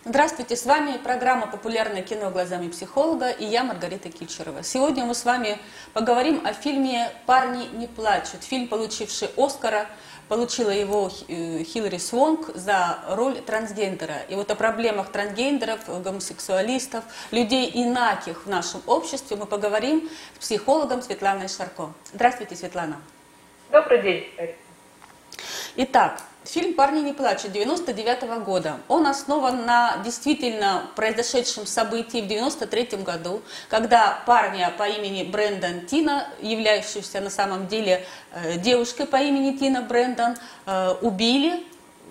Здравствуйте, с вами программа «Популярное кино глазами психолога» и я, Маргарита Кичерова. Сегодня мы с вами поговорим о фильме «Парни не плачут». Фильм, получивший Оскара, получила его Хилари Свонк за роль трансгендера. И вот о проблемах трансгендеров, гомосексуалистов, людей инаких в нашем обществе мы поговорим с психологом Светланой Шарко. Здравствуйте, Светлана. Добрый день. Итак, фильм «Парни не плачут» 1999 года. Он основан на действительно произошедшем событии в 1993 году, когда парня по имени Брэндон Тина, являющегося на самом деле девушкой по имени Тина Брэндон, убили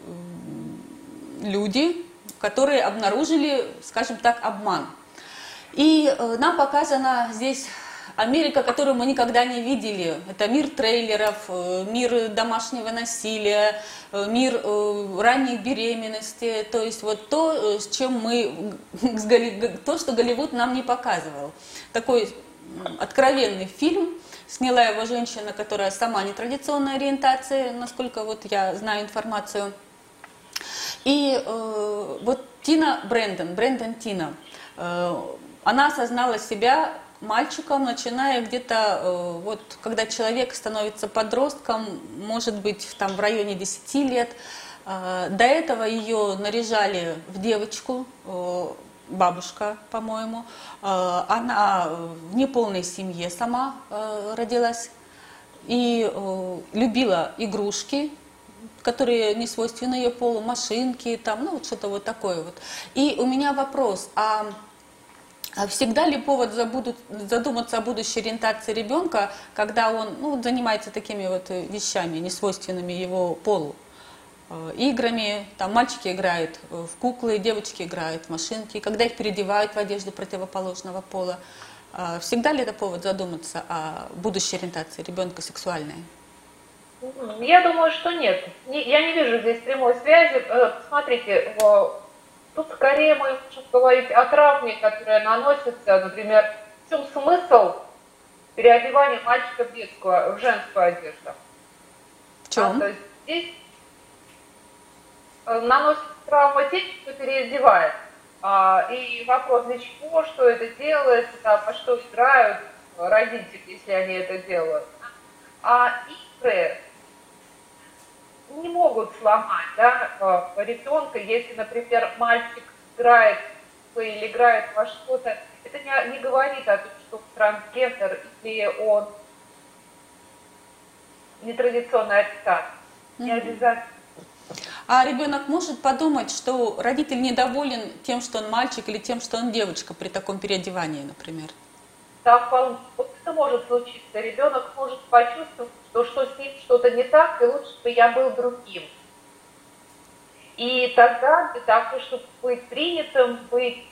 люди, которые обнаружили, скажем так, обман. И нам показана здесь Америка, которую мы никогда не видели. Это мир трейлеров, мир домашнего насилия, мир ранней беременности. То есть вот то, с чем то, что Голливуд нам не показывал. Такой откровенный фильм. Сняла его женщина, которая сама нетрадиционной ориентации, насколько вот я знаю информацию. И вот Тина Брэндон Тина, она осознала себя мальчиком, начиная где-то, вот, когда человек становится подростком, может быть, там в районе 10 лет. До этого ее наряжали в девочку, бабушка, по-моему. Она в неполной семье сама родилась и любила игрушки, которые не свойственны ее полу, машинки, там, ну, вот что-то вот такое вот. И у меня вопрос, а всегда ли повод задуматься о будущей ориентации ребенка, когда он занимается такими вот вещами, несвойственными его полу? Играми, там мальчики играют в куклы, девочки играют в машинки, когда их переодевают в одежду противоположного пола. Всегда ли это повод задуматься о будущей ориентации ребенка сексуальной? Я думаю, что нет. Я не вижу здесь прямой связи. Смотрите, тут скорее мы можем говорить о травме, которая наносится, например, в чем смысл переодевания мальчика в женскую одежду. В чем? То есть здесь наносит травму тем, кто переодевает. И вопрос, для чего, что это делается, по что играют родители, если они это делают. А игры не могут сломать, да, ребенка, если, например, мальчик играет или играет во что-то, это не говорит о том, что он трансгендер или он нетрадиционный ориентация. Не обязательно. А ребенок может подумать, что родитель недоволен тем, что он мальчик, или тем, что он девочка при таком переодевании, например? Да, вполне. Вот это может случиться. Ребенок может почувствовать, что с ним что-то не так, и лучше бы я был другим. И тогда для того, чтобы быть принятым, быть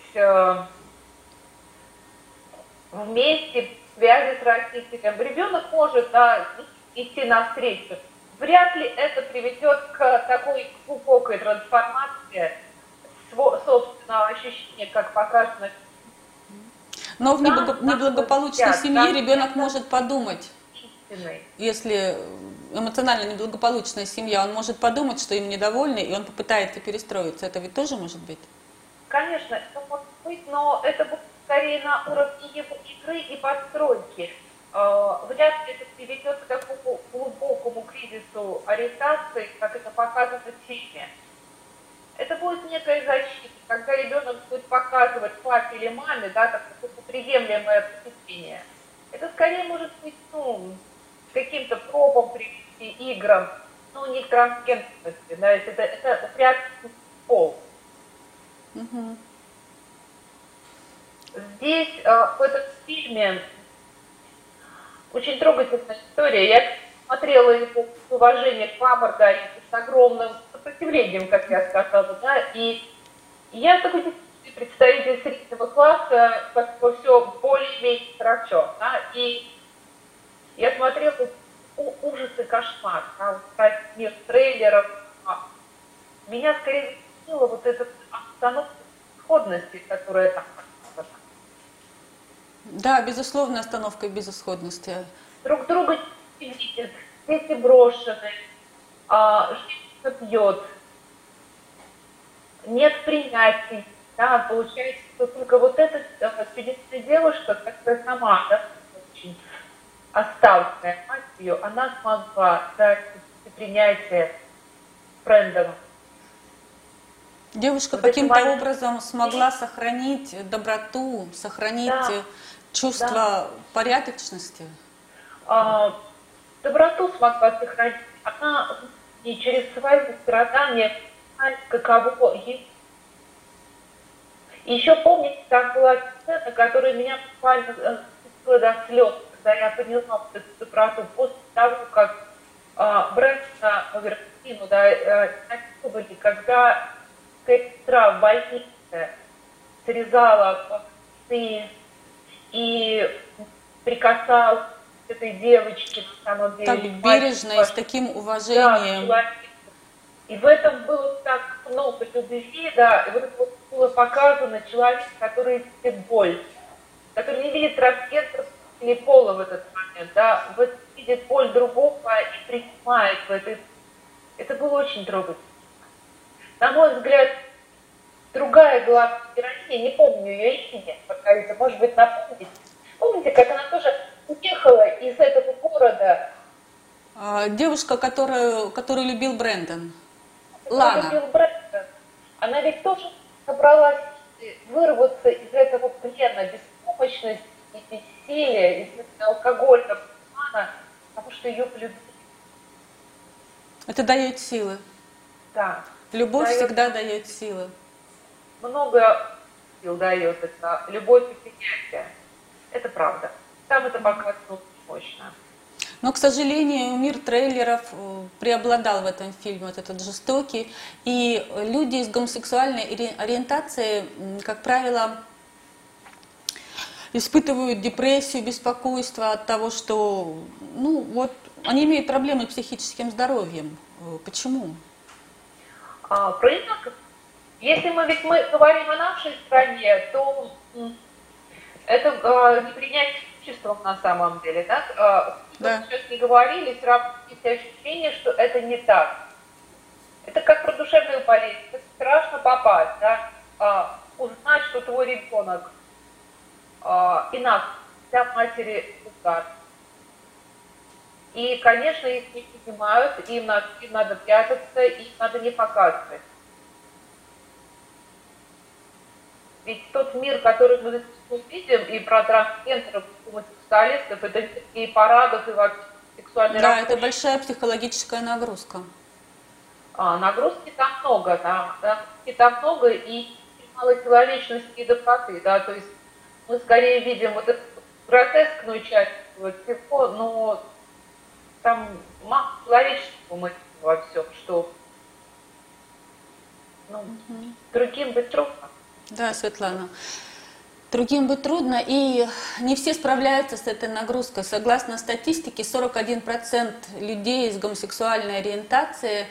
вместе, в связи с родителем, ребенок может идти навстречу. Вряд ли это приведет к такой глубокой трансформации собственного ощущения, как показано. Но в неблагополучной семье ребенок может подумать, если эмоционально неблагополучная семья, он может подумать, что им недовольны, и он попытается перестроиться. Это ведь тоже может быть? Конечно, это может быть, но это будет скорее на уровне его игры и подстройки. Вряд ли это приведет к такому глубокому кризису ориентации, как это показано в фильме. Это будет некая защита, когда ребенок будет показывать папе или маме, да, такое приемлемое поведение. Это скорее может быть, каким-то пробам привести, играм, не к трансгендерности, да, это вряд ли пол. Здесь, в этом фильме, очень трогательная история. Я смотрела его с уважением к Маргарите, с огромным сопротивлением, как я сказала, да, и я такой представитель среднего класса, как все более-менее хорошо, да, и я смотрела ужас и кошмар, да, вот, мир трейлеров. Меня скорее занимала вот эта обстановка исходности, которая там. Да, безусловно, остановка безысходности. Друг друга не видят, дети брошены, женщина пьет. нет принятия, да, получается, что только вот эта чудесная девушка, которая сама, да, очень оставленная матерью, она смогла дать принятие Брэндону. Девушка Вот эти каким-то моменты. образом смогла сохранить доброту, сохранить Да, да. чувство порядочности. А, доброту смогла сохранить. Она и через свои страдания знает, каково ей. И еще помните, там была сцена, которая меня буквально спустила до слез, когда я поняла вот эту доброту после того, как Брэндона Вертину, да, насиловали, когда сестра в больнице срезала псы и прикасалась к этой девочке, на самом деле. Так бережно и с таким уважением. Да, и в этом было так много любви, да, и вот это вот было показано человек, который видит боль, который не видит трансгендеров или пола в этот момент, да, вот видит боль другого и принимает в этой. Это было очень трогательно. На мой взгляд, другая главная героиня, не помню ее имени, пока может быть, напомните. Помните, как она тоже уехала из этого города? Девушка, которую любил Брэндон. Лана. Любил Брэндон. Она ведь тоже собралась вырваться из этого плена беспомощности и бессилия, из этого алкогольного плана, потому что ее полюбили. Это дает силы. Да. Любовь всегда дает силы. Много сил дает это. Любовь и принятие. Это правда. Там это показано очень мощно. Но, к сожалению, мир трейлеров преобладал в этом фильме, вот этот жестокий. И люди с гомосексуальной ориентацией, как правило, испытывают депрессию, беспокойство от того, что, ну, вот, они имеют проблемы с психическим здоровьем. Почему? Про инаков. Если мы говорим о нашей стране, то это непринятие обществом на самом деле. Да? Да. Сейчас не говорили, все равно есть ощущение, что это не так. Это как про душевную болезнь. Это страшно попасть, да? Узнать, что твой ребенок инак для матери удар. И, конечно, их не понимают, им надо прятаться, им надо не показывать. Ведь тот мир, который мы видим, и про трансгендеров, и гомосексуалистов, это и парадов, и вообще сексуальной Да, работы. это большая психологическая нагрузка. Нагрузки там много, там много, и мало человечности и доброты, да, то есть мы скорее видим вот эту гротескную часть всего, но там мало человеческого мы во всем, что другим быть трудно. Да, Светлана. Другим быть трудно, и не все справляются с этой нагрузкой. Согласно статистике, 41% людей с гомосексуальной ориентацией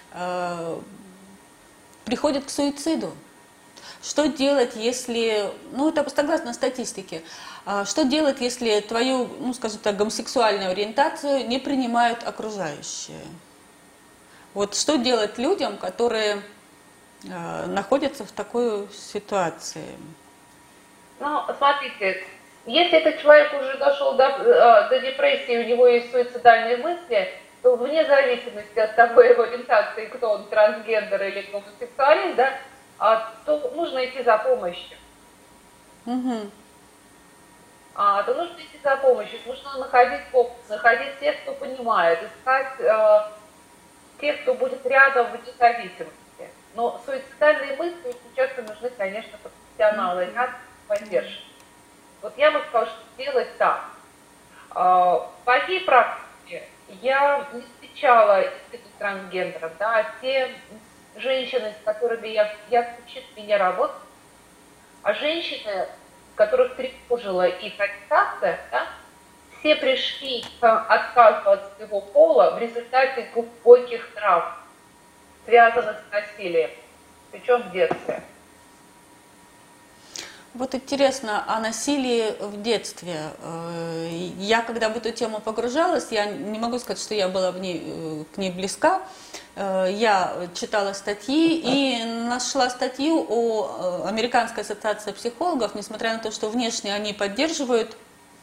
приходят к суициду. Что делать, если, ну это согласно статистике, что делать, если твою, ну скажем так, гомосексуальную ориентацию не принимают окружающие? Вот что делать людям, которые находятся в такой ситуации? Ну, смотрите, если этот человек уже дошел до депрессии, у него есть суицидальные мысли, то вне зависимости от того его ориентации, кто он, трансгендер или гомосексуалист, да, то нужно идти за помощью. Угу. То нужно идти за помощью, нужно находить опыт, находить тех, кто понимает, искать тех, кто будет рядом вне зависимости. Но суицидальные мысли очень часто нужны, конечно, профессионалы, рядом поддержки. Вот я бы сказала, что сделать так. В моей практике я не встречала этих трансгендеров, да, те женщины, с которыми я меня работать, а женщины, которых тревожила их ориентация, да, все пришли к отказу от своего пола в результате глубоких травм, связанных с насилием, причем в детстве. Вот интересно, о насилии в детстве. Я, когда в эту тему погружалась, я не могу сказать, что я была к ней близка. Я читала статьи и нашла статью о Американской ассоциации психологов, несмотря на то, что внешне они поддерживают,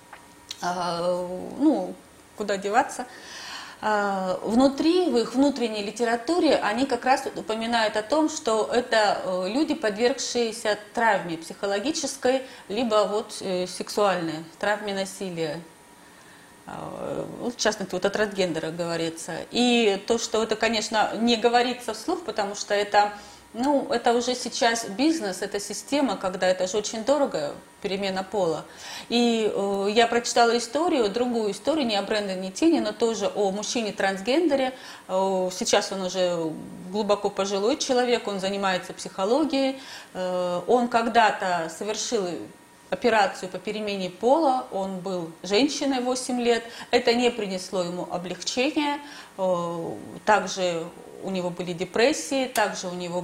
ну, куда деваться. Внутри, в их внутренней литературе, они как раз упоминают о том, что это люди, подвергшиеся травме психологической, либо вот сексуальной, травме насилия. В частности, вот о трансгендерах говорится. И то, что это, конечно, не говорится вслух, потому что это, ну, это уже сейчас бизнес, это система, когда это же очень дорого, перемена пола. И я прочитала историю, другую историю, не о Брэндоне Тини, но тоже о мужчине-трансгендере. Сейчас он уже глубоко пожилой человек, он занимается психологией. Он когда-то совершил операцию по перемене пола, он был женщиной 8 лет, это не принесло ему облегчения, также у него были депрессии, также у него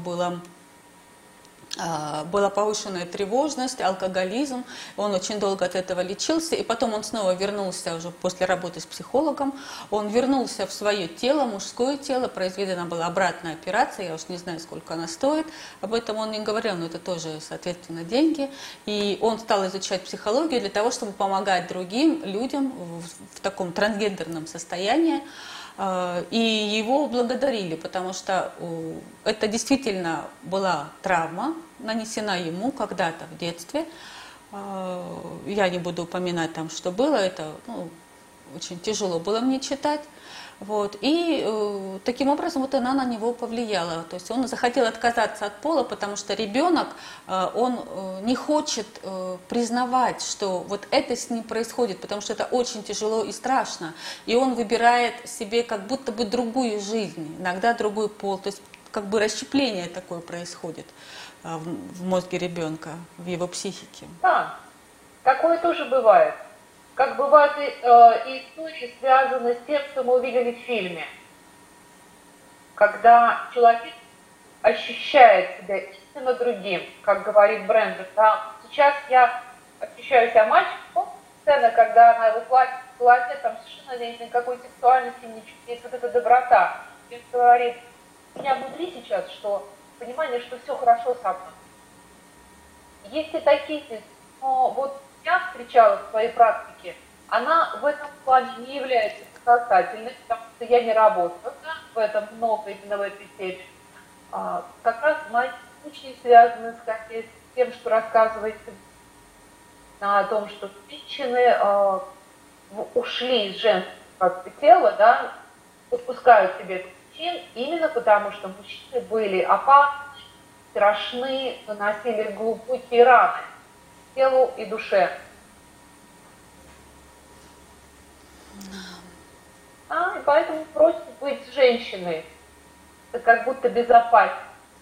была повышенная тревожность, алкоголизм, он очень долго от этого лечился, и потом он снова вернулся уже после работы с психологом, он вернулся в свое тело, мужское тело, произведена была обратная операция, я уж не знаю, сколько она стоит, об этом он не говорил, но это тоже, соответственно, деньги, и он стал изучать психологию для того, чтобы помогать другим людям в таком трансгендерном состоянии. И его благодарили, потому что это действительно была травма, нанесена ему когда-то в детстве. Я не буду упоминать там, что было, это очень тяжело было мне читать. Вот. И таким образом вот она на него повлияла. То есть он захотел отказаться от пола, потому что ребенок, он не хочет признавать, что вот это с ним происходит, потому что это очень тяжело и страшно. И он выбирает себе как будто бы другую жизнь, иногда другой пол. То есть как бы расщепление такое происходит в мозге ребенка, в его психике. Да, такое тоже бывает. Как бывают и истории, связанные с тем, что мы увидели в фильме. Когда человек ощущает себя истинно другим, как говорит Брэндон, да, сейчас я ощущаю себя мальчиком, сцена, когда она его платит в голове, там совершенно нет никакой сексуальности, ничего, есть вот эта доброта. И он говорит, у меня внутри сейчас что понимание, что все хорошо со мной. Есть и такие, но вот я встречала в своей практике, она в этом плане не является показательной, потому что я не работаю в этом много, именно в этой теме. Как раз мои случаи связаны с тем, что рассказывается о том, что женщины ушли из женского тела, да, подпускают себе мужчин, именно потому что мужчины были опасны, страшны, наносили глубокие раны телу и душе. И поэтому проще быть женщиной. Это как будто безопасно.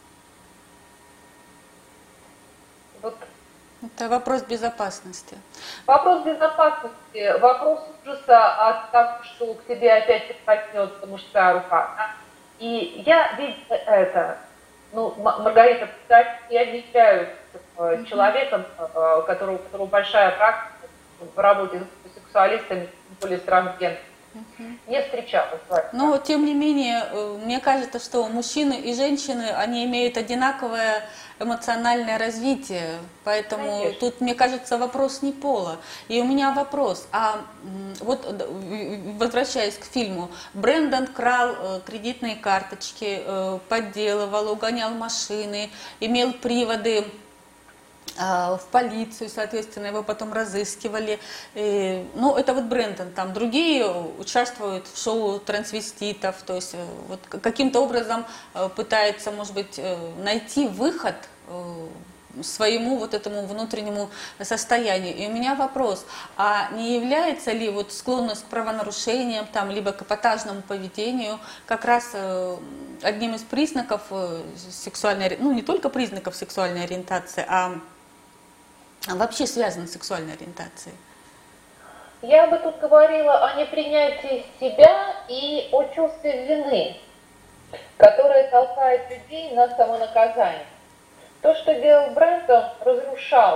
Вот. Это вопрос безопасности. Вопрос безопасности, вопрос ужаса от того, что к тебе опять прикоснется мужская рука. Да? И я видела это. Маргарита, я не являюсь человеком, у которого большая практика в работе с сексуалистами, тем более с трансгендерами. Не встречалась. Но, тем не менее, мне кажется, что мужчины и женщины, они имеют одинаковое эмоциональное развитие. Поэтому Конечно. тут, мне кажется, вопрос не пола. И у меня вопрос. Вот, возвращаясь к фильму, Брэндон крал кредитные карточки, подделывал, угонял машины, имел приводы в полицию, соответственно, его потом разыскивали. Это вот Брэндон, там другие участвуют в шоу трансвеститов, то есть вот каким-то образом пытаются, может быть, найти выход своему вот этому внутреннему состоянию. И у меня вопрос, а не является ли вот склонность к правонарушениям, там, либо к эпатажному поведению как раз одним из признаков сексуальной, не только признаков сексуальной ориентации, а вообще связано с сексуальной ориентацией? Я бы тут говорила о непринятии себя и о чувстве вины, которое толкает людей на самонаказание. То, что делал Брэндон, разрушало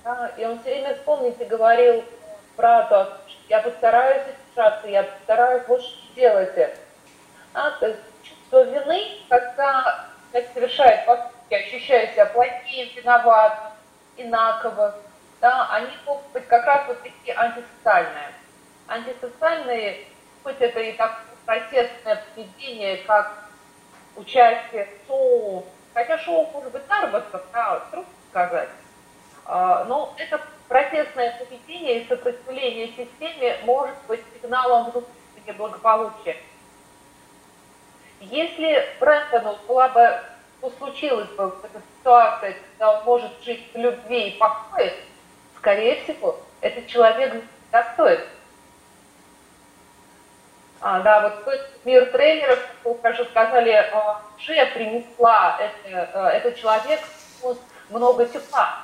Да, и он все время, помните, говорил брату, я постараюсь удержаться, я постараюсь больше не делать это. То есть чувство вины, когда человек совершает поступки, ощущая себя плохим, виноватым, инаковым, да, они могут быть как раз вот такие антисоциальные. Антисоциальные, хоть это и так протестное поведение, как участие в шоу, хотя шоу может быть заработком, да, трудно сказать, но это протестное поведение и сопротивление системе может быть сигналом внутреннего благополучия. Если Брэндону была бы, случилась бы эта ситуация, когда он может жить в любви и покое, скорее всего, этот человек достоин. Да, вот мир трейлеров, как же сказали, уже принесла этот человек много тепла.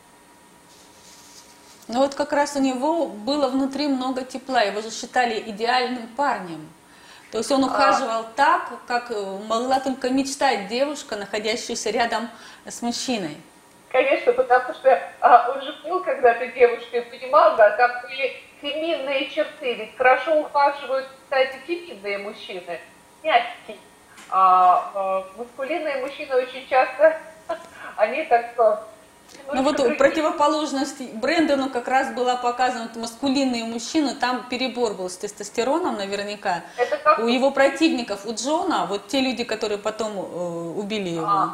Ну вот как раз у него было внутри много тепла, его же считали идеальным парнем. То есть он ухаживал так, как могла только мечтать девушка, находящаяся рядом с мужчиной. Конечно, потому что он же был когда-то девушкой, понимал, да, там были феминные черты, ведь хорошо ухаживают, кстати, феминные мужчины, мягкие. Маскулинные мужчины очень часто, они так... Ну вот противоположность Брэндону как раз была показана, вот маскулинные мужчины, там перебор был с тестостероном наверняка. Это как... У его противников, у Джона, вот те люди, которые потом убили его.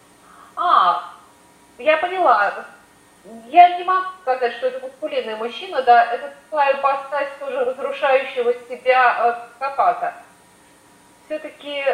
Я поняла. Я не могу сказать, что это маскулинный мужчина, да, это такая ипостась тоже разрушающего себя психопата. Все-таки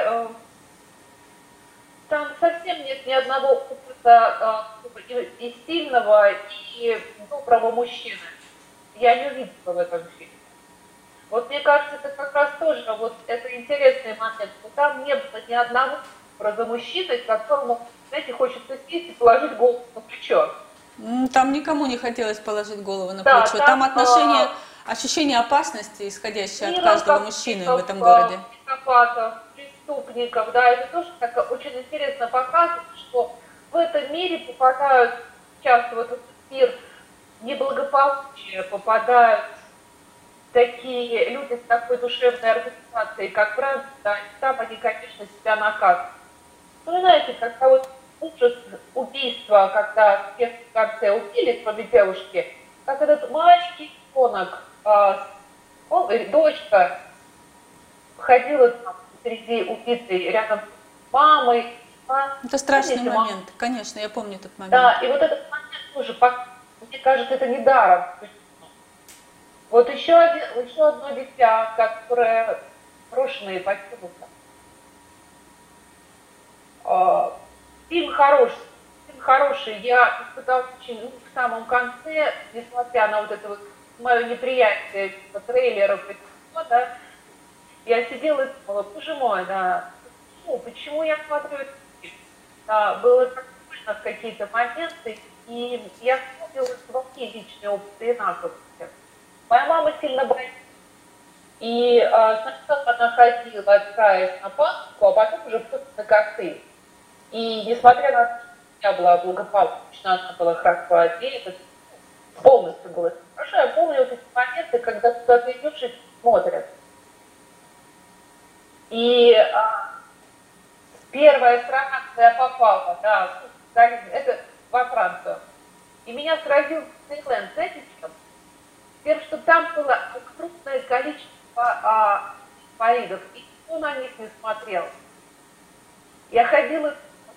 там совсем нет ни одного опыта и сильного, и доброго мужчины. Я не увидела в этом фильме. Вот мне кажется, это как раз тоже вот это интересный момент, что там не было ни одного образа мужчины, которому, знаете, хочется сесть и положить голову на плечо. Там никому не хотелось положить голову на плечо. Там отношение, ощущение опасности, исходящее от каждого мужчины в этом городе. Психопатов, преступников, да, это тоже так очень интересно показывает, что в этом мире попадают часто в этот мир неблагополучия, попадают такие люди с такой душевной организацией, как Брэндон, да, там они, конечно, себя наказывают. Ну, знаете, когда вот ужас убийства, когда всех в конце убили, кроме девушки, как этот маленький ребенок, дочка, ходила там среди убитой рядом с мамой. Это страшный момент, конечно, я помню этот момент. Да, и вот этот момент тоже, мне кажется, это не даром. Вот еще одно дитя, которое брошенное покинуто. Фильм хороший. Я испытала очень, в самом конце, несмотря на вот это вот мое неприятие трейлеров, да, я сидела и думала, боже мой, да, почему я смотрю этот фильм? Да, было так больно в какие-то моменты, и я вспомнила свои личные опыты инаковости. Моя мама сильно боится. И сначала она ходила, отправилась на пасху, а потом уже просто на коктейль. И несмотря на то, что я была благополучна, она была хорошо одета, полностью было хорошо, я помню вот эти моменты, когда куда-то идешь и смотрят. И первая страна, куда я попала, да, это во Францию. И меня сразил Диснейленд, знаете, тем, что там было крупное количество инвалидов, и никто на них не смотрел. Я ходила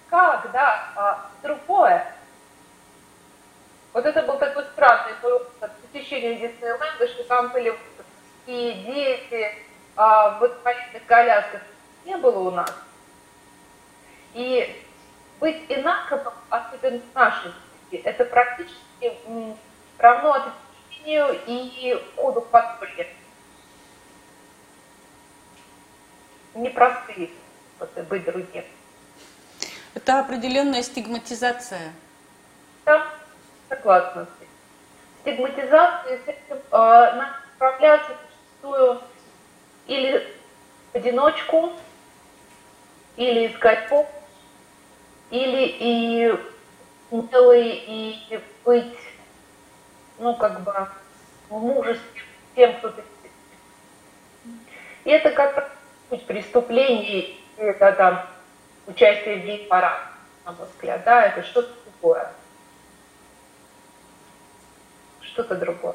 другое. Вот это был такой странный посещение Диснейленда, что там были и дети в инвалидных колясках. Не было у нас. И быть инаковым, особенно в нашей жизни, это практически равно отвержению и ходу в подполье. Непростые быть другим. Это определенная стигматизация. Да, согласна. Стигматизация, с этим надо справляться зачастую или в одиночку, или искать помощь, или и смелой, и быть ну, как бы, в мужестве тем, кто ты. И это как путь преступлений, это там участие в гей-параде, на мой взгляд, да, это что-то другое. Что-то другое.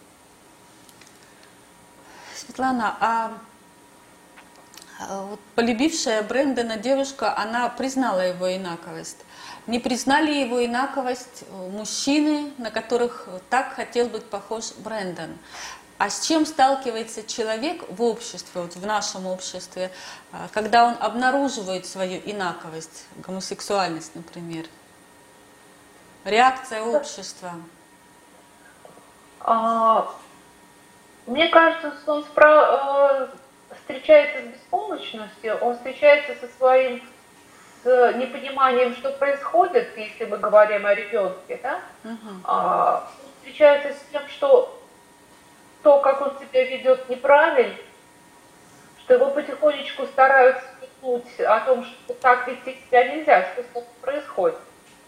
Светлана, вот полюбившая Брэндона девушка, она признала его инаковость. Не признали его инаковость мужчины, на которых так хотел быть похож Брэндон. А с чем сталкивается человек в обществе, вот в нашем обществе, когда он обнаруживает свою инаковость, гомосексуальность, например? Реакция общества. Мне кажется, что он встречается с беспомощностью, он встречается со своим с непониманием, что происходит, если мы говорим о ребенке, да? Он встречается с тем, что то, как он себя ведет, неправильно, что его потихонечку стараются смекнуть о том, что так вести себя нельзя, что с ним происходит.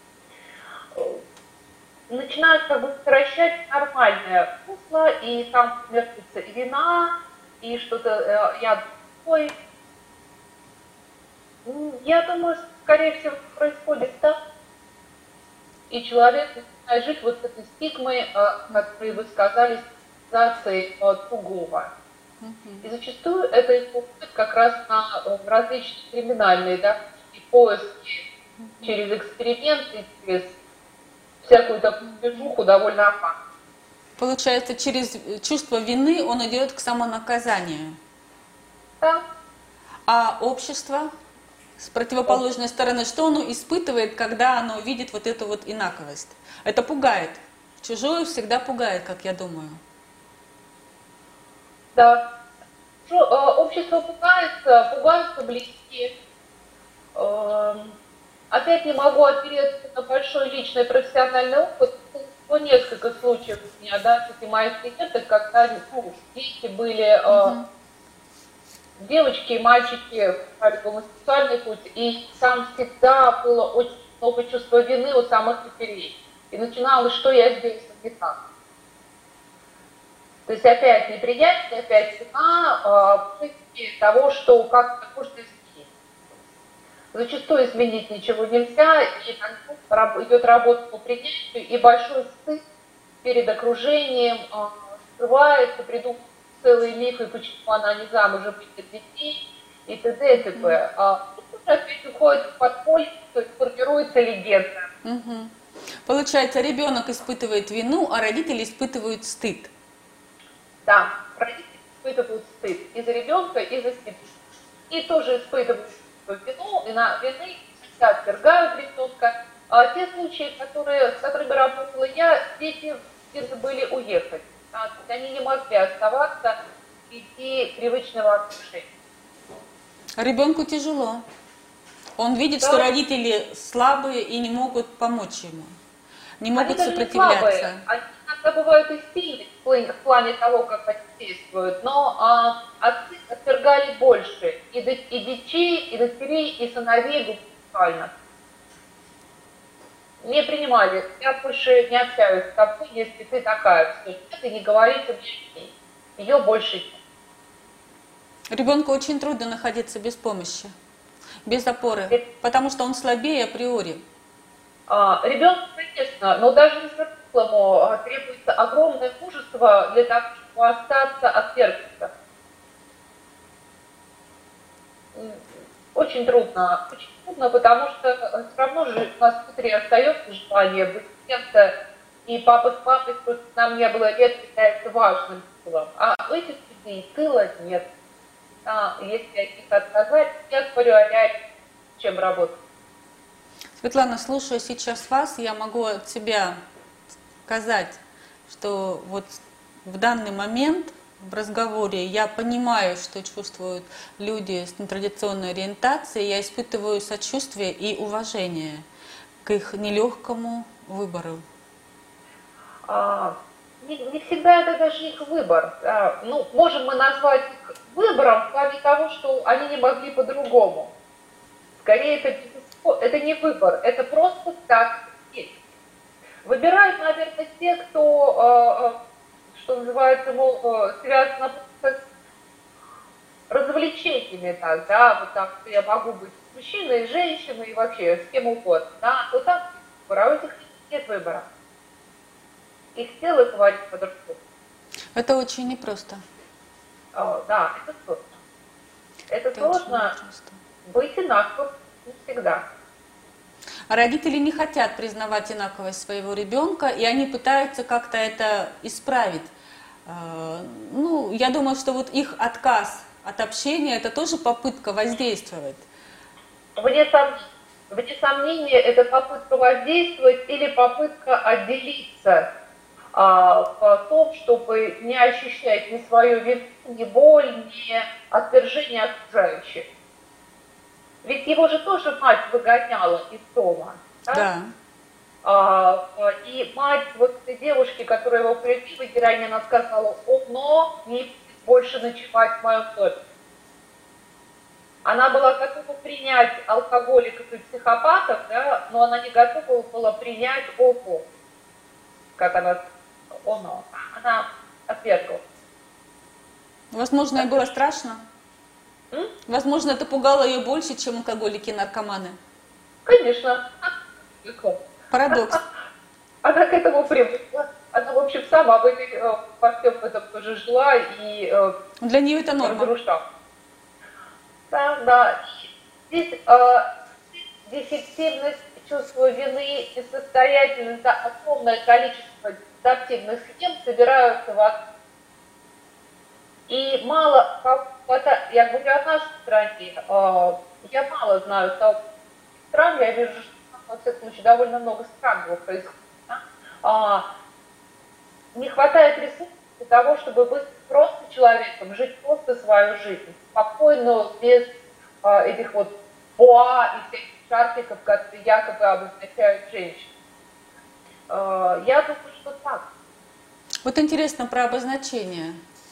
Начинают как бы превращать нормальное русло, и там вертится и вина, и что-то я другой. Я думаю, скорее всего, происходит так. И человек начинает жить вот с этой стигмой, которой вы сказали, ситуацией другого. И зачастую это использует как раз на различные криминальные, да, и поиски через эксперименты, через всякую такую движуху довольно опасно. Получается, через чувство вины он идет к самонаказанию. Да. А общество с противоположной стороны, что оно испытывает, когда оно видит вот эту вот инаковость? Это пугает. Чужое всегда пугает, как я думаю. Да. Общество пугаются близкие. Опять не могу опереться на большой личный профессиональный опыт. Было несколько случаев у меня, да, среди моих клиентов, когда дети были, девочки и мальчики в гомосексуальный путь, и там всегда было очень много чувства вины у самых матерей. И начиналось, что я сделала не так. То есть опять неприятие, опять вина, того, что как-то можно изменить. Зачастую изменить ничего нельзя, и идет работа по принятию, и большой стыд перед окружением скрывается, придумывают целые мифы, почему она не замужем, нет детей, и т.д. и т.п. Опять уходит в подполье, то есть формируется легенда. Получается, ребенок испытывает вину, а родители испытывают стыд. Да, родители испытывают стыд и за ребенка, и за себя. И тоже испытывают вину, вины всегда отвергают ребенка. А те случаи, с которыми работала я, дети были уехать. Они не могли оставаться и идти привычного отношения. Ребенку тяжело. Он видит, что родители слабые и не могут помочь ему. Не могут сопротивляться. Они иногда бывают и сильны в плане того, как они действуют, но отцы отвергали больше и детей, и дочерей, и сыновей буквально. Не принимали. Я больше не общаюсь с тобой, если ты такая. Все, это не говорите мне. Ее больше нет. Ребенку очень трудно находиться без помощи, без опоры, потому что он слабее априори. Ребенку, конечно, но даже взрослому требуется огромное мужество для того, чтобы остаться отвергнутым. Очень трудно, потому что все равно же у нас внутри остается желание быть кем-то, и папа с мамой, сколько нам не было лет, является важным тылом. А у этих людей тыла нет. Если от них отказать, я говорю о реальности, чем работать. Светлана, слушая сейчас вас, я могу от себя сказать, что вот в данный момент в разговоре я понимаю, что чувствуют люди с нетрадиционной ориентацией, я испытываю сочувствие и уважение к их нелегкому выбору. Не всегда это даже их выбор. Можем мы назвать их выбором в плане того, что они не могли по-другому. Скорее, это не выбор, это просто так есть. Выбирают, наверное, те, кто, что называется, мол, связано с развлечениями, так, да, вот так, что я могу быть мужчиной, женщиной и вообще с кем угодно, да, то там выбор, а у этих нет выбора. Их тело говорит по-другому. Это очень непросто. Да, это сложно. Это сложно быть инаковым не всегда. А родители не хотят признавать инаковость своего ребенка, и они пытаются как-то это исправить. Ну, я думаю, что вот их отказ от общения – это тоже попытка воздействовать. Вне сомнения, это попытка воздействовать или попытка отделиться в том, чтобы не ощущать ни свою вину, ни боль, ни отвержение окружающих. Ведь его же тоже мать выгоняла из дома. Да? И мать вот этой девушки, которая его полюбила, героиня, она сказала: «Но не больше ночевать в моем доме». Она была готова принять алкоголиков и психопатов, да, но она не готова была принять опу, как она отвергла. Возможно, ей было страшно. Возможно, это пугало ее больше, чем алкоголики и наркоманы. Конечно. Парадокс. Она к этому привыкла. Она, в общем, сама во всем этом тоже жила и для нее это норма. разрушала. Да. Здесь дефективность, чувство вины, несостоятельность, огромное количество адаптивных схем собираются в одну. И мало кого-то, я говорю о нашей стране, я мало знаю стран, я вижу, что во всяком случае довольно много странного происходит. Да? Не хватает ресурсов для того, чтобы быть просто человеком, жить просто свою жизнь, спокойно, без этих вот боа и всяких шарфиков, которые якобы обозначают женщин. Я думаю, что так. Вот интересно про обозначение.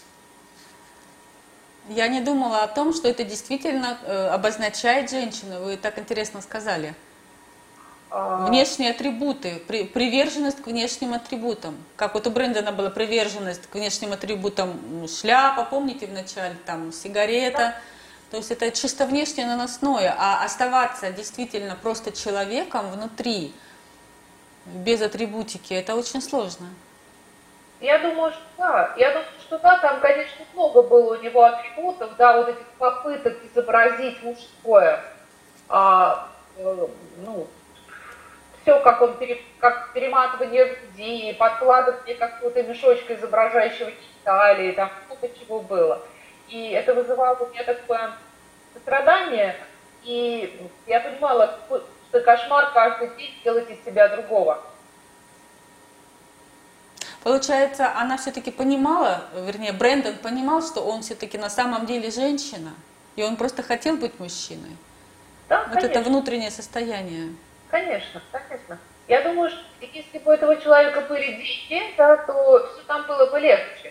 Я не думала о том, что это действительно обозначает женщину. Вы так интересно сказали. Внешние атрибуты, приверженность к внешним атрибутам. Как вот у Брэндона была приверженность к внешним атрибутам шляпа, помните в начале, там сигарета. Да. То есть это чисто внешнее наносное, а оставаться действительно просто человеком внутри, без атрибутики, это очень сложно. Я думаю, что да. Там, конечно, много было у него атрибутов, да, вот этих попыток изобразить мужское. Все, как перематывание груди, подкладывание какого-то мешочка, изображающего гениталии, там много чего было. И это вызывало у меня такое сострадание, и я понимала, что кошмар каждый день делать из себя другого. Получается, она все-таки понимала, вернее, Брэндон понимал, что он все-таки на самом деле женщина, и он просто хотел быть мужчиной. Да, вот конечно. Это внутреннее состояние. Конечно. Я думаю, что если бы у этого человека были деньги, да, то все там было бы легче.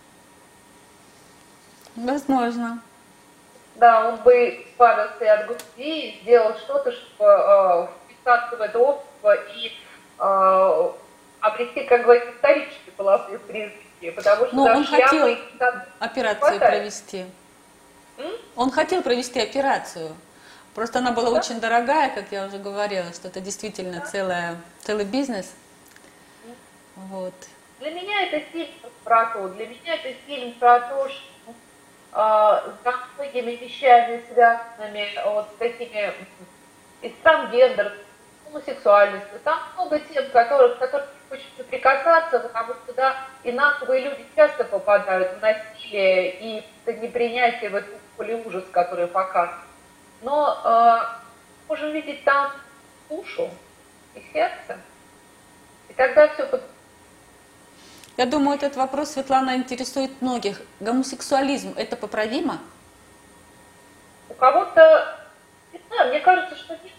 Возможно. Да, он бы избавился и от груди, сделал что-то, чтобы вписаться в это общество и обрести, как говорится, исторические половые признаки, потому что он хотел операцию провести. Он хотел провести операцию. Просто она была очень дорогая, как я уже говорила, что это действительно целый бизнес. Вот. Для меня это фильм про то, что с многими вещами, связанными вот с такими из трансгендер, гомосексуальностью. Там много тем, которых хочется прикасаться, потому что инаковые люди часто попадают в насилие и в непринятие в эту поле ужас, который показан. Но можем видеть там душу и сердце. И тогда все. Я думаю, этот вопрос, Светлана, интересует многих. Гомосексуализм – это поправимо? У кого-то, не знаю, мне кажется, что нет.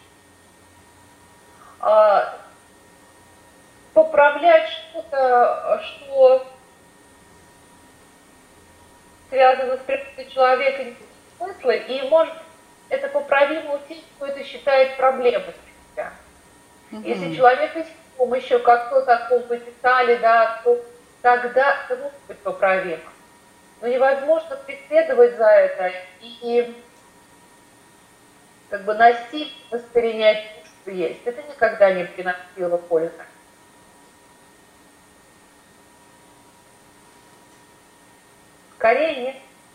Поправлять что-то, что связано с природой человека, не смысла, и может это поправимо у тех, кто это считает проблемой для себя. Если человек помощью, как то таком потекали, да, то тогда это может быть поправимо. Но невозможно преследовать за это и как бы насильно искоренять то, что есть. Это никогда не приносило пользы. Скорее нет.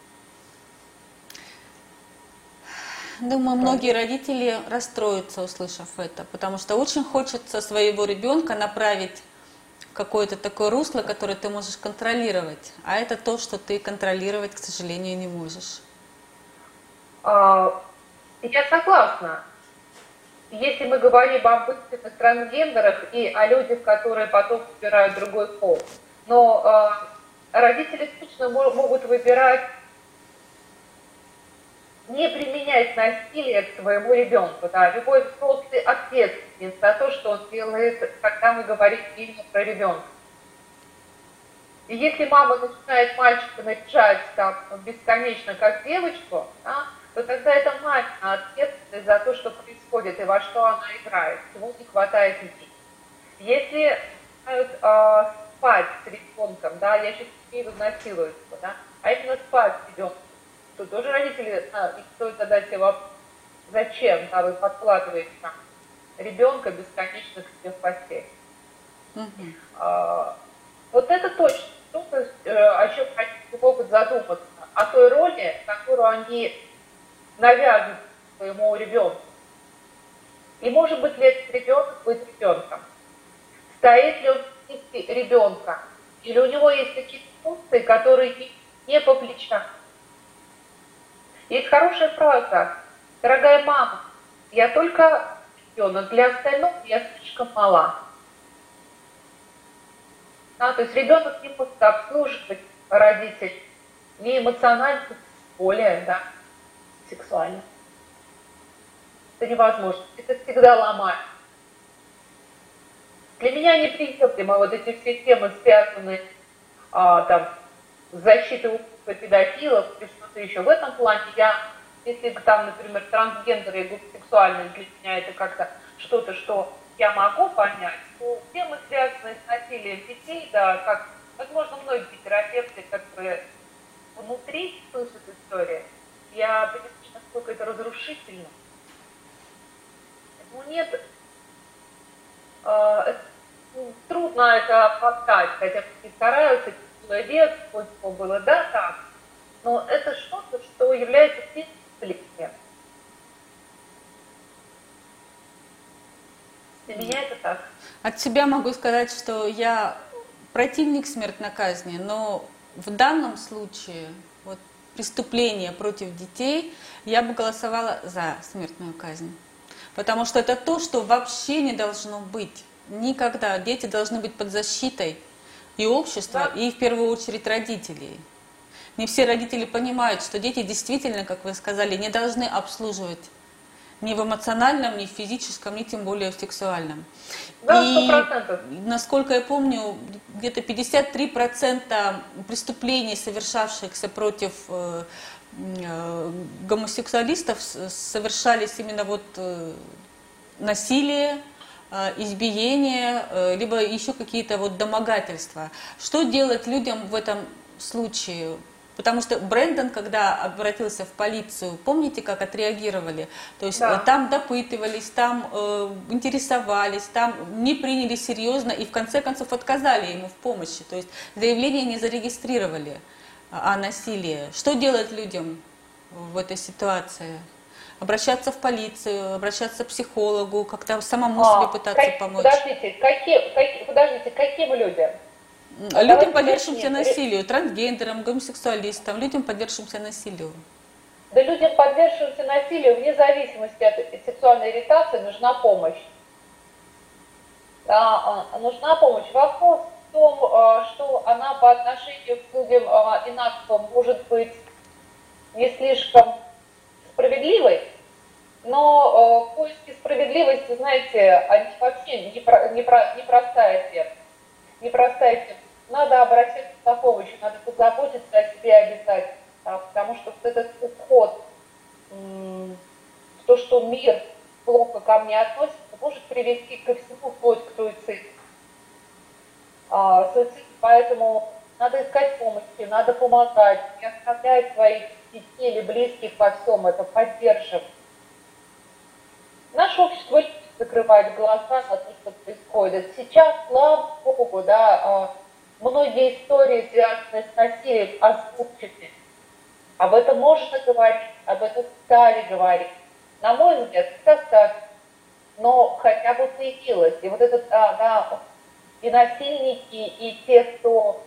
Думаю, многие родители расстроятся, услышав это, потому что очень хочется своего ребенка направить в какое-то такое русло, которое ты можешь контролировать, а это то, что ты контролировать, к сожалению, не можешь. Я согласна. Если мы говорим об обычных трансгендерах и о людях, которые потом выбирают другой пол, но родители точно могут выбирать не применять насилие к своему ребенку. Да. Любой взрослый ответственен за то, что он делает, когда мы говорим именно про ребенка. И если мама начинает мальчика наряжать там, бесконечно как девочку, да, то тогда это мать ответственна за то, что происходит и во что она играет, чему не хватает детей. Если спать с ребенком, да, я сейчас не имею в виду насилуется, да, а именно спать с ребенком, то тоже родители, им стоит задать себе вопрос, зачем вы подкладываете там, ребенка бесконечно к себе в постель. Вот это точно то, о чем родители могут задуматься, о той роли, которую они навязывают своему ребенку. И может быть ли этот ребенок быть ребенком? Стоит ли он в месте ребенка? Или у него есть какие-то функции, которые не по плечам? Есть хорошая фраза: дорогая мама, я только ребенок, для остального я слишком мала. Да, то есть ребенок не может обслуживать родителей не эмоционально, более, да, сексуально. Это невозможно. Это всегда ломает. Для меня неприемлемо вот эти все темы, связанные там, с защитой педофилов и что-то еще. В этом плане если там, например, трансгендеры и гомосексуальность для меня это как-то что-то, что я могу понять, то темы, связанные с насилием детей, да, как, возможно, многие терапевты, которые внутри слышат истории, я понимаю, насколько это разрушительно. Ну, нет, трудно это опознать, хотя все стараются, тяжелое детство, было, да, так, но это что-то, что является следствием. Для меня это так. От себя могу сказать, что я противник смертной казни, но в данном случае вот, преступление против детей я бы голосовала за смертную казнь. Потому что это то, что вообще не должно быть. Никогда. Дети должны быть под защитой и общества, да, и в первую очередь родителей. Не все родители понимают, что дети действительно, как вы сказали, не должны обслуживать ни в эмоциональном, ни в физическом, ни тем более в сексуальном. Да, 100%. И, насколько я помню, где-то 53% преступлений, совершавшихся против гомосексуалистов, совершались именно вот насилие, избиение, либо еще какие-то вот домогательства. Что делать людям в этом случае? Потому что Брэндон, когда обратился в полицию, помните, как отреагировали? То есть да, там допытывались, там интересовались, там не приняли серьезно и в конце концов отказали ему в помощи. То есть заявление не зарегистрировали о насилии. Что делать людям в этой ситуации? Обращаться в полицию, обращаться к психологу, как-то самому себе пытаться помочь? Подождите, каким людям? Людям, подвергшимся насилию, трансгендерам, гомосексуалистам, людям, подвергшимся насилию. Да, людям, подвергшимся насилию, вне зависимости от сексуальной ориентации, нужна помощь. Да, нужна помощь. Вопрос в том, что она по отношению к людям инакшим может быть не слишком справедливой, но поиски справедливости, знаете, они вообще непростая тема. Непростая тема. Надо обратиться за помощью, надо позаботиться о себе обязательно, да, потому что вот этот уход в то, что мир плохо ко мне относится, может привести ко всему, вплоть к суициду. суицид, поэтому надо искать помощи, надо помогать, не оставлять своих детей или близких во всем этом, поддерживать. Наше общество любит закрывать глаза на то, что происходит. Сейчас, слава богу, да, многие истории, связанные с насилием, озвучены. Об этом можно говорить, об этом стали говорить. На мой взгляд, достаточно. Но хотя бы появилось. И вот этот, да, и насильники, и те, кто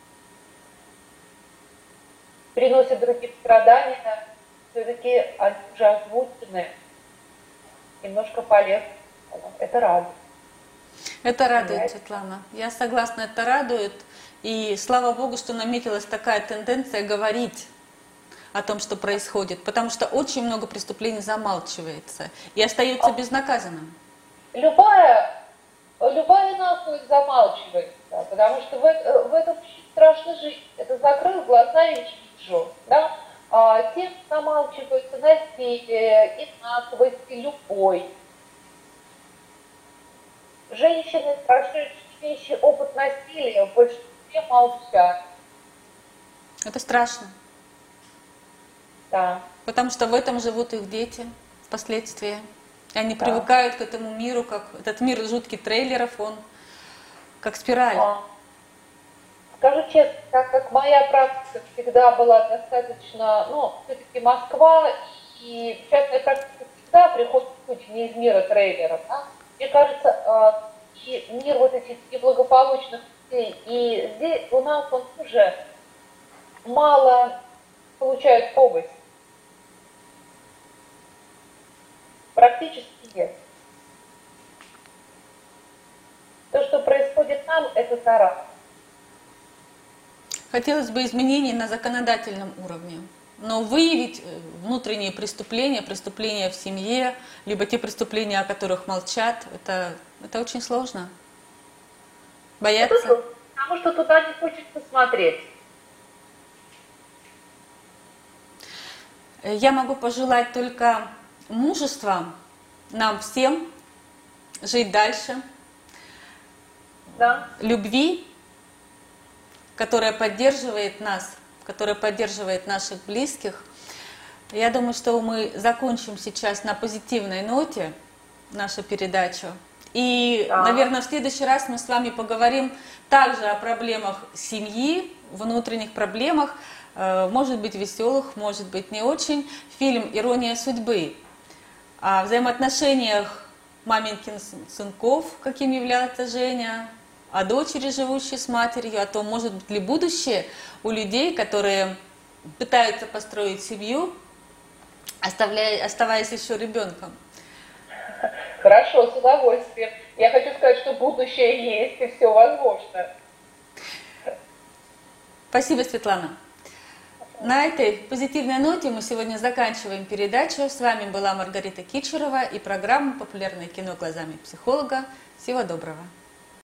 приносят другим страдания, все-таки они уже озвучены. Немножко полегче. Это радует. Это радует, Светлана. Я согласна, это радует. И слава Богу, что наметилась такая тенденция говорить о том, что происходит. Потому что очень много преступлений замалчивается и остается безнаказанным. Любая нахуй замалчивается, потому что в этом очень страшно жить. Это закрыл глаза и не вижу. Да? Тем замалчиваются насилие, инаковости, любой. Женщины, прошедшие имеющие опыт насилия, больше все молчат. Это страшно. Да. Потому что в этом живут их дети впоследствии. И они привыкают к этому миру, как этот мир жутких трейлеров, он как спираль. Скажу честно, так как моя практика всегда была достаточно, все-таки Москва, и частная практика всегда приходит люди не из мира трейлеров. Да? Мне кажется, и мир вот этих неблагополучных людей, и здесь у нас он уже мало получает помощь. Практически нет. То, что происходит там, это таран. Хотелось бы изменений на законодательном уровне. Но выявить внутренние преступления, преступления в семье, либо те преступления, о которых молчат, это очень сложно. Боятся? Потому что туда не хочется смотреть. Я могу пожелать только мужества нам всем жить дальше, Да. любви, которая поддерживает нас, которая поддерживает наших близких. Я думаю, что мы закончим сейчас на позитивной ноте нашу передачу. И, наверное, в следующий раз мы с вами поговорим также о проблемах семьи, внутренних проблемах, может быть, веселых, может быть, не очень. Фильм «Ирония судьбы» о взаимоотношениях маменькин сынков, каким является Женя, о дочери, живущей с матерью, о том, может быть ли будущее у людей, которые пытаются построить семью, оставаясь еще ребенком. Хорошо, с удовольствием. Я хочу сказать, что будущее есть, и все возможно. Спасибо, Светлана. На этой позитивной ноте мы сегодня заканчиваем передачу. С вами была Маргарита Кичерова и программа «Популярное кино глазами психолога». Всего доброго.